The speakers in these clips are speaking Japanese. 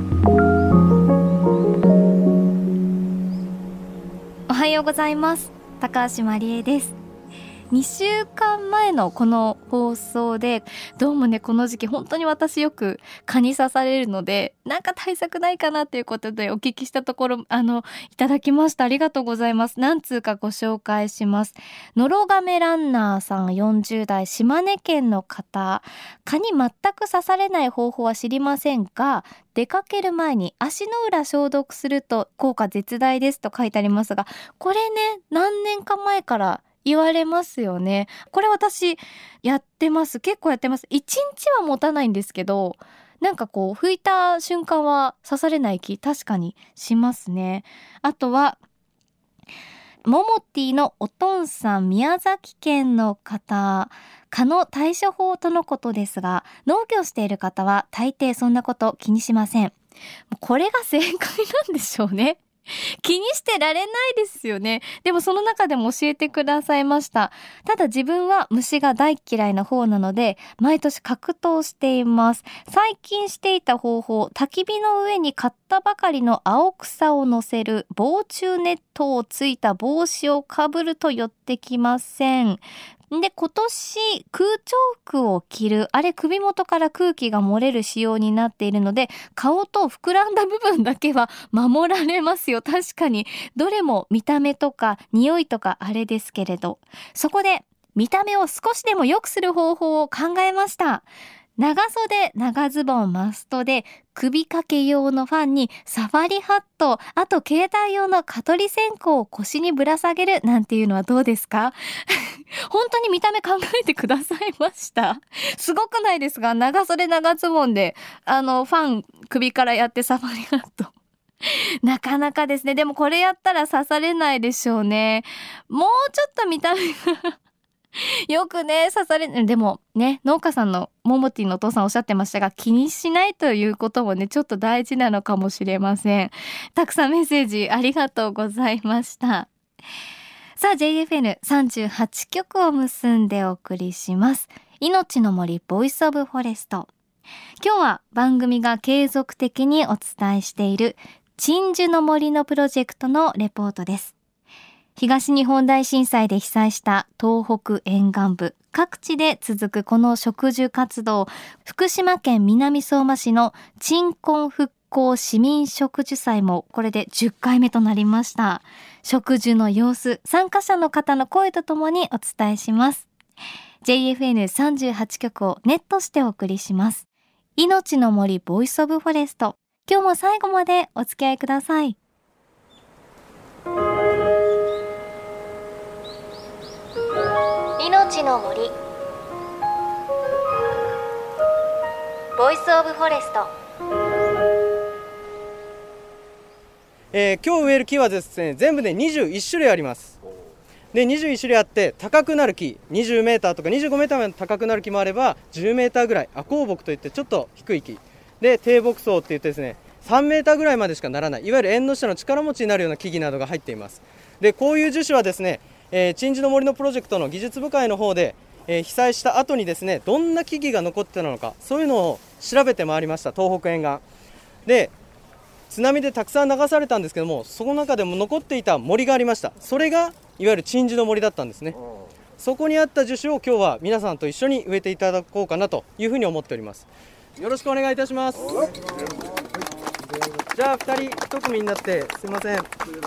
おはようございます。高橋まりえです。2週間前のこの放送でどうもね、この時期本当に私よく蚊に刺されるので、なんか対策ないかなということでお聞きしたところいただきました。ありがとうございます。何通かご紹介します。のろがめランナーさん、40代、島根県の方。蚊に全く刺されない方法は知りませんが、出かける前に足の裏消毒すると効果絶大ですと書いてありますが、これね、何年か前から言われますよね。これ私やってます。結構やってます。1日は持たないんですけど、なんかこう拭いた瞬間は刺されない気確かにしますね。あとはモモティのおとんさん、宮崎県の方。蚊の対処法とのことですが、農業している方は大抵そんなこと気にしません。これが正解なんでしょうね。気にしてられないですよね。でもその中でも教えてくださいました。ただ自分は虫が大嫌いな方なので、毎年格闘しています。最近していた方法、焚き火の上に買ったばかりの青草を乗せる、防虫ネットをついた帽子をかぶると寄ってきません。で、今年空調服を着る、あれ首元から空気が漏れる仕様になっているので、顔と膨らんだ部分だけは守られますよ。確かにどれも見た目とか匂いとかあれですけれど、そこで見た目を少しでも良くする方法を考えました。長袖、長ズボン、マストで首掛け用のファンにサファリハット、あと携帯用の蚊取り線香を腰にぶら下げるなんていうのはどうですか？本当に見た目考えてくださいました。すごくないですが、長袖長ズボンでファン首からやってサファリハットなかなかですね。でもこれやったら刺されないでしょうね。もうちょっと見た目がよくね、刺され、でもね、農家さんのモモティのお父さんおっしゃってましたが、気にしないということもね、ちょっと大事なのかもしれません。たくさんメッセージありがとうございました。さあ JFN38 曲を結んでお送りします。命の森ボイスオブフォレスト。今日は番組が継続的にお伝えしている鎮守の森のプロジェクトのレポートです。東日本大震災で被災した東北沿岸部各地で続くこの植樹活動、福島県南相馬市の鎮魂復興市民植樹祭もこれで10回目となりました。植樹の様子、参加者の方の声とともにお伝えします。 JFN38 局をネットしてお送りします。命の森ボイスオブフォレスト、今日も最後までお付き合いください。命の森ボイスオブフォレスト。 今日植える木はですね、全部で21種類あります。で21種類あって、高くなる木20メーターとか25メーターまで高くなる木もあれば、10メーターぐらい亜高木といってちょっと低い木で、低木層っていってですね、3メーターぐらいまでしかならない、いわゆる縁の下の力持ちになるような木々などが入っています。でこういう樹種はですね、鎮守の森のプロジェクトの技術部会の方で、被災した後にですね、どんな木々が残ってたのか、そういうのを調べてまいりました。東北沿岸で津波でたくさん流されたんですけども、その中でも残っていた森がありました。それがいわゆる鎮守の森だったんですね。そこにあった樹種を今日は皆さんと一緒に植えていただこうかなというふうに思っております。よろしくお願いいたします。じゃあ2人1組になって、すいません。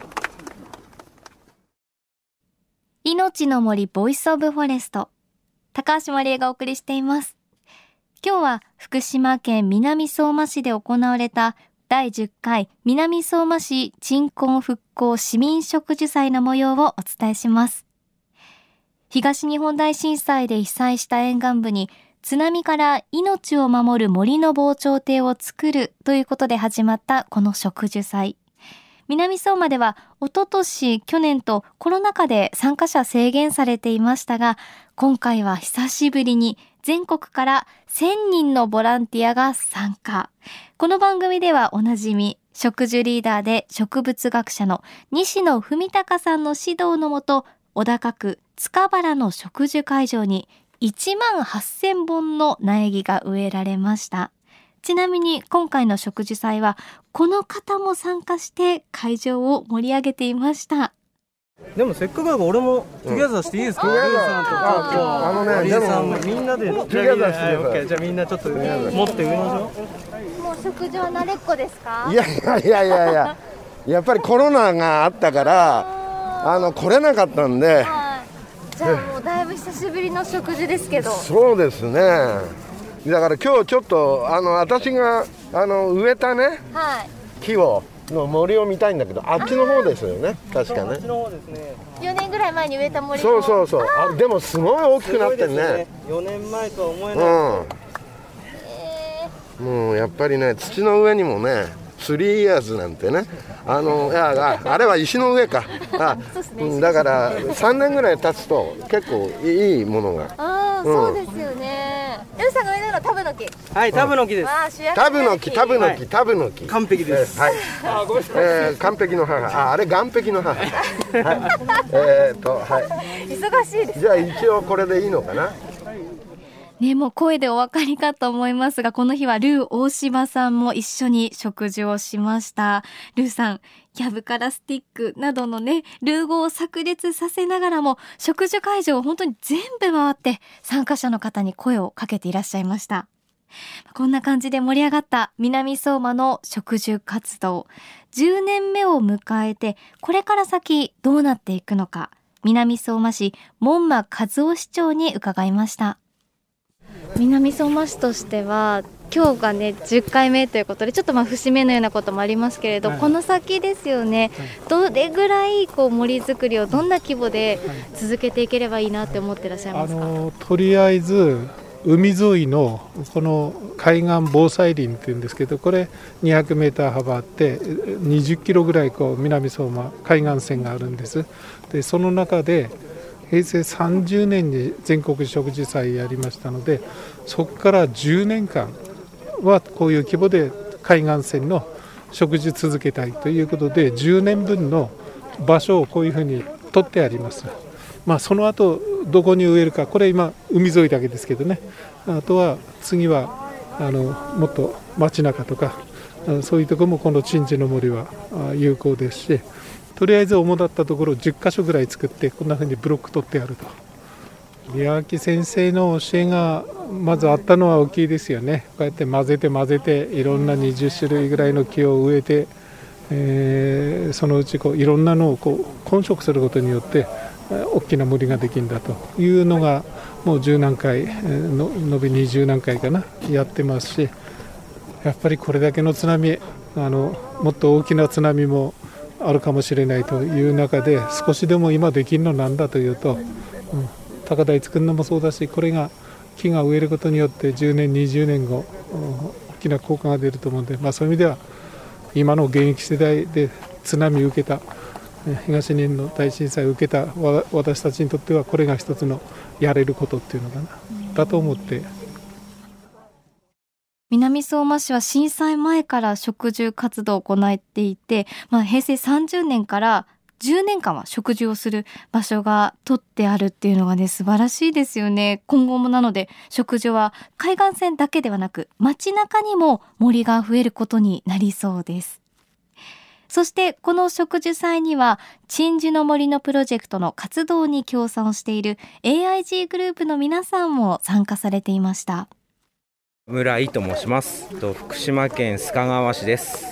命の森ボイスオブフォレスト、高橋まりえがお送りしています。今日は福島県南相馬市で行われた第10回南相馬市鎮魂復興市民植樹祭の模様をお伝えします。東日本大震災で被災した沿岸部に津波から命を守る森の防潮堤を作るということで始まったこの植樹祭。南相馬では一昨年、去年とコロナ禍で参加者制限されていましたが、今回は久しぶりに全国から1000人のボランティアが参加。この番組ではおなじみ、植樹リーダーで植物学者の西野文隆さんの指導のもと、小高区塚原の植樹会場に1万8000本の苗木が植えられました。 ちなみに今回の植樹祭はこの方も参加して会場を盛り上げていました。 でもせっかくだから俺もトゥギャザーしていいですか？ルーさんとかリエさんもみんなでトゥギャザーして、じゃあみんなちょっと持って植えましょう。もう植樹は慣れっこですか？ いややっぱりコロナがあったから来れなかったんで、 じゃあもうだいぶ久しぶりの植樹ですけど。 そうですね。だから今日ちょっと私が植えたね、木の森を見たいんだけど、あっちの方ですよね、確かね。あっちの方ですね。 4年ぐらい前に植えた森。 そうでもすごい大きくなってるね。 4年前とは思えない。 もうやっぱりね、土の上にもね3 years なんてね、あれは石の上かだから3年ぐらい経つと結構いいものが。 そうですよね。ルーさんが植えたのはタブノキ。 はい、タブノキです。 タブノキ完璧です。 はい。完璧の母。あれ岸壁の母。はい。 忙しいです。 じゃあ一応これでいいのかな。 ね、もう声でお分かりかと思いますが、この日はルー大柴さんも一緒に植樹をしました。ルーさん、ヤブカラスティックなどのね、ルー語を炸裂させながらも植樹会場を本当に全部回って参加者の方に声をかけていらっしゃいました。こんな感じで盛り上がった南相馬の植樹活動。10年目を迎えて、これから先どうなっていくのか、南相馬市門馬和夫市長に伺いました。南相馬市としては今日がね10回目ということで、ちょっと節目のようなこともありますけれど、この先ですよね、どれぐらい森づくりをどんな規模で続けていければいいなって思ってらっしゃいますか？ とりあえず海沿いのこの海岸防災林っていうんですけど、これ200メーター幅あって20キロぐらい南相馬海岸線があるんです。でその中で平成30年に全国植樹祭やりましたので、そこから10年間はこういう規模で海岸線の植樹続けたいということで、10年分の場所をこういうふうに取ってあります。その後どこに植えるか、これ今海沿いだけですけどね、あとは次はもっと街中とかそういうところもこの鎮守の森は有効ですし、とりあえず主だったところを10カ所ぐらい作ってこんなふうにブロック取ってあると。宮脇先生の教えがまずあったのは大きいですよね。こうやって混ぜていろんな20種類ぐらいの木を植えて、そのうちいろんなのを混植することによって大きな森ができるんだというのがもう10何回延べ20何回かなやってますし、やっぱりこれだけの津波もっと大きな津波もあるかもしれないという中で、少しでも今できるのなんだというと、高台作るのもそうだし、これが木が植えることによって10年20年後大きな効果が出ると思うので、そういう意味では今の現役世代で津波を受けた東日本の大震災を受けた私たちにとっては、これが一つのやれることっていうのかなだと思って。 南相馬市は震災前から植樹活動を行っていて、平成30年から10年間は植樹をする場所が取ってあるっていうのがね、素晴らしいですよね。今後もなので植樹は海岸線だけではなく街中にも森が増えることになりそうです。そしてこの植樹祭には鎮守の森のプロジェクトの活動に協賛をしている AIG グループの皆さんも参加されていました。 村井と申します。福島県須賀川市です。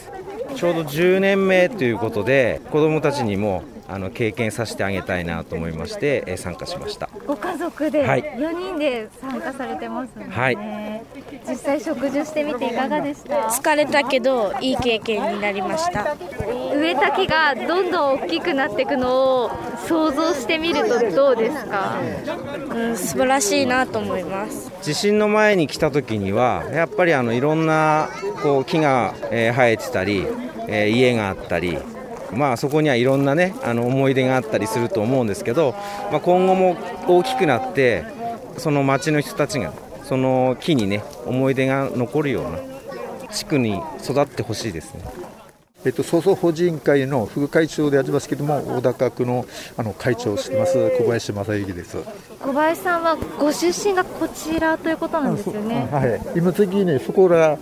ちょうど10年目ということで、子どもたちにも経験させてあげたいなと思いまして、参加しました。 ご家族で4人で参加されてますね。はい、実際植樹してみていかがでした？ 疲れたけどいい経験になりました。 植えた木がどんどん大きくなっていくのを想像してみるとどうですか？ 素晴らしいなと思います。 地震の前に来た時にはやっぱりいろんな木が、生えてたり、家があったり、そこにはいろんなね思い出があったりすると思うんですけど、今後も大きくなってその町の人たちがその木にね思い出が残るような地区に育ってほしいですね。 創造法人会の副会長でありますけども、大高区の会長をしてます小林正幸です。 小林さんはご出身がこちらということなんですよね。 はい、今次ねそこら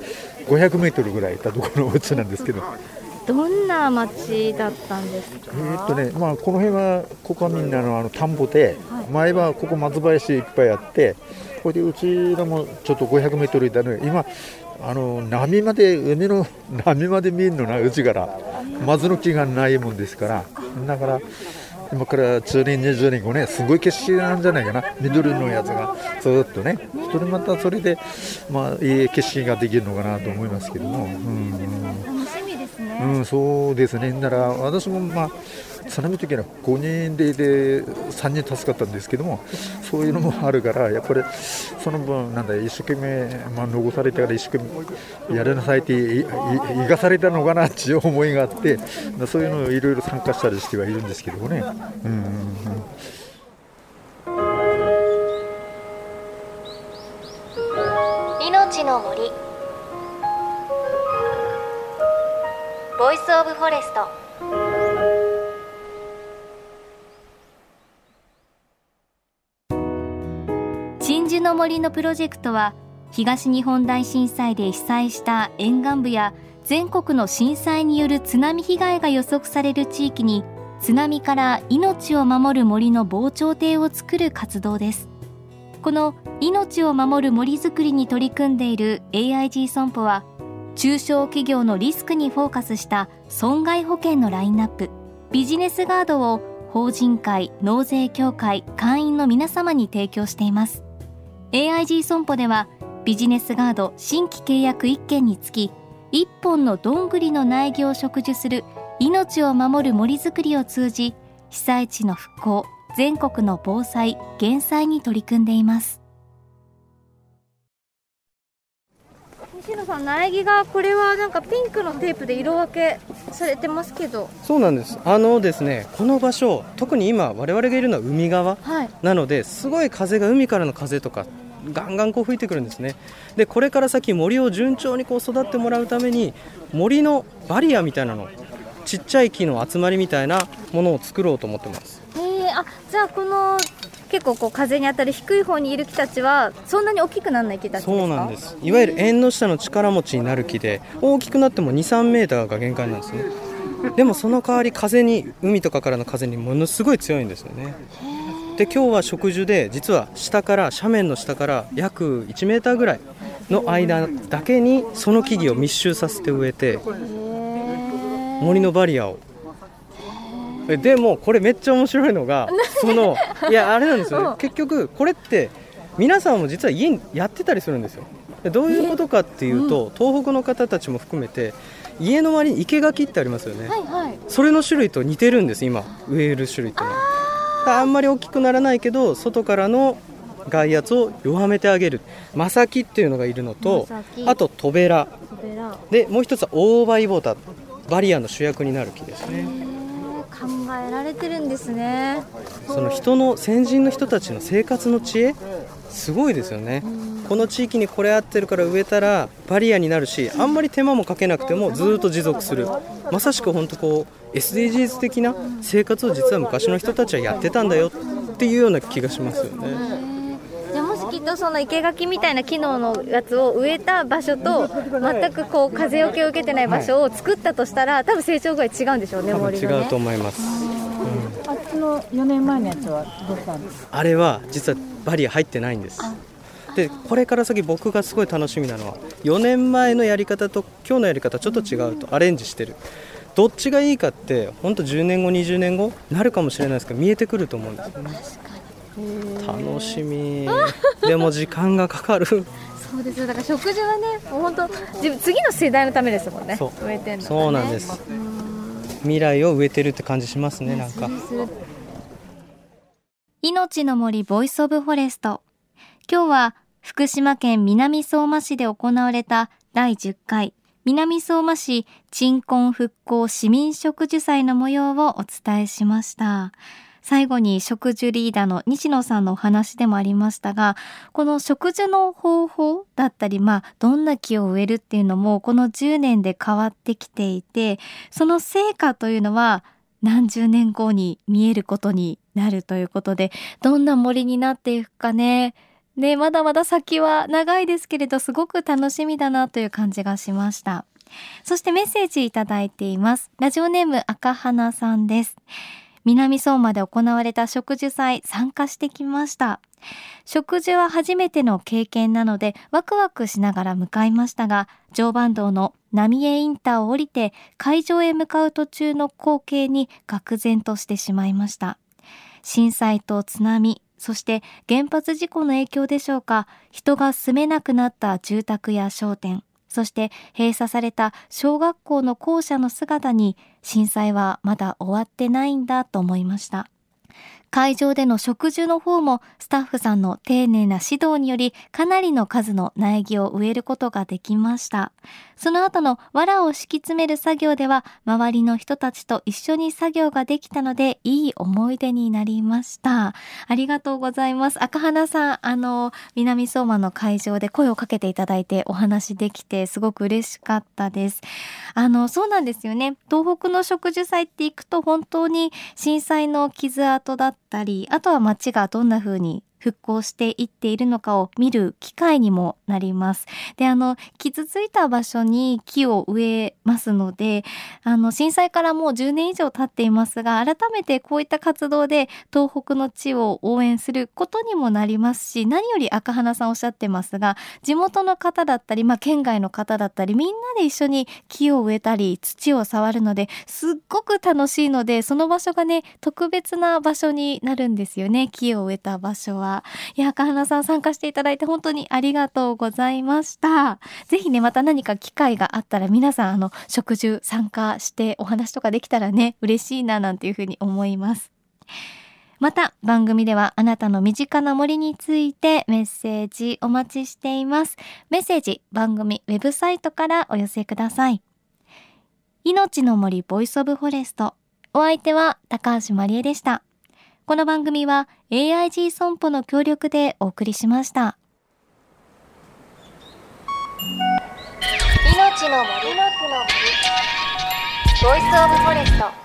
500メートルぐらいいたところのお家なんですけど、 どんな町だったんですか？ この辺はここはみんなの田んぼで、前はここ松林いっぱいあって、これでうちのもちょっと500メートルいたので、今海の波まで見えるのな、うちから松の木がないもんですから、だから今から10年20年後ね、すごい景色なんじゃないかな、緑のやつがずっとね、それまたそれでいい景色ができるのかなと思いますけども、 楽しみですね。 そうですね。だから私も津波の時は5人で3人助かったんですけども、そういうのもあるから、やっぱりその分一生懸命、残されてから一生懸命やりなさいって生かされたのかなっていう思いがあって、そういうのをいろいろ参加したりしてはいるんですけどもね。 命の森ボイスオブフォレスト。 鎮守の森のプロジェクトは、東日本大震災で被災した沿岸部や全国の震災による津波被害が予測される地域に、津波から命を守る森の防潮堤を作る活動です。この命を守る森づくりに取り組んでいる AIG 損保は、中小企業のリスクにフォーカスした損害保険のラインナップ、ビジネスガードを法人会、納税協会、会員の皆様に提供しています。AIG 損保では、ビジネスガード新規契約1件につき、1本のどんぐりの苗木を植樹する命を守る森づくりを通じ、被災地の復興、全国の防災・減災に取り組んでいます。西野さん、苗木がこれはピンクのテープで色分けされてますけど。 そうなんです。ですね、この場所、特に今我々がいるのは海側、なので、すごい風が、海からの風とかガンガン吹いてくるんですね。でこれから先森を順調に育ってもらうために、森のバリアみたいなの、ちっちゃい木の集まりみたいなものを作ろうと思ってます。 じゃあこの結構風に当たる低い方にいる木たちはそんなに大きくならない木たちですか？ そうなんです。いわゆる縁の下の力持ちになる木で、大きくなっても 2,3 メーターが限界なんですね。でもその代わり海とかからの風にものすごい強いんですよね。で今日は植樹で、実は斜面の下から約1メーターぐらいの間だけにその木々を密集させて植えて、森のバリアを。でもこれめっちゃ面白いのがあれなんですよね。結局これって皆さんも実は家にやってたりするんですよ。どういうことかっていうと、東北の方たちも含めて、家の周りに生垣ってありますよね。それの種類と似てるんです。今植える種類っていうのはあんまり大きくならないけど、外からの外圧を弱めてあげるマサキっていうのがいるのと、あとトベラで、もう一つはオオバイボタ、バリアの主役になる木ですね。 考えられてるんですね。 その先人の人たちの生活の知恵、すごいですよね。この地域にこれ合ってるから植えたらバリアになるし、あんまり手間もかけなくてもずっと持続する、まさしく本当SDGs 的な生活を実は昔の人たちはやってたんだよっていうような気がしますよね。 じゃあもしきっとその生垣みたいな機能のやつを植えた場所と全く風よけを受けてない場所を作ったとしたら、多分成長具合違うんでしょうね。 多分違うと思います。 あっちの4年前のやつはどうしたんですか？ あれは実はバリア入ってないんです。でこれから先僕がすごい楽しみなのは、4年前のやり方と今日のやり方ちょっと違うとアレンジしてる。どっちがいいかって本当10年後20年後なるかもしれないですけど、見えてくると思うんですよね。楽しみでも時間がかかる。 そうですよ。だから植樹はね、本当次の世代のためですもんね。植えてんの、ね、 そうなんです。未来を植えてるって感じしますね。 命の森ボイスオブフォレスト。今日は福島県南相馬市で行われた第10回南相馬市鎮魂復興市民植樹祭の模様をお伝えしました。最後に植樹リーダーの西野さんのお話でもありましたが、この植樹の方法だったり、どんな木を植えるっていうのもこの10年で変わってきていて、その成果というのは何十年後に見えることになるということで、どんな森になっていくかね、 で、まだまだ先は長いですけれど、すごく楽しみだなという感じがしました。そしてメッセージいただいています。ラジオネーム赤花さんです。南相馬で行われた植樹祭参加してきました。植樹は初めての経験なのでワクワクしながら向かいましたが、常磐道の浪江インターを降りて会場へ向かう途中の光景に愕然としてしまいました。震災と津波、そして原発事故の影響でしょうか、人が住めなくなった住宅や商店、そして閉鎖された小学校の校舎の姿に、震災はまだ終わってないんだと思いました。会場での植樹の方もスタッフさんの丁寧な指導によりかなりの数の苗木を植えることができました。その後の藁を敷き詰める作業では周りの人たちと一緒に作業ができたのでいい思い出になりました。ありがとうございます。赤花さん、南相馬の会場で声をかけていただいてお話できてすごく嬉しかったです。そうなんですよね。東北の植樹祭って行くと本当に震災の傷跡だったり、あとは街がどんな風に復興していっているのかを見る機会にもなります。で、傷ついた場所に木を植えますので、震災からもう10年以上経っていますが、改めてこういった活動で東北の地を応援することにもなりますし、何より赤花さんおっしゃってますが、地元の方だったり、県外の方だったり、みんなで一緒に木を植えたり土を触るのですっごく楽しいので、その場所がね、特別な場所になるんですよね。木を植えた場所は。いや、赤花さん参加していただいて本当にありがとうございました。ぜひね、また何か機会があったら皆さん植樹参加してお話とかできたらね、嬉しいななんていうふうに思います。また番組ではあなたの身近な森についてメッセージお待ちしています。メッセージ番組ウェブサイトからお寄せください。命の森ボイスオブフォレスト、お相手は高橋まりえでした。この番組は AIG 損保の協力でお送りしました。 命の森ボイスオブフォレスト。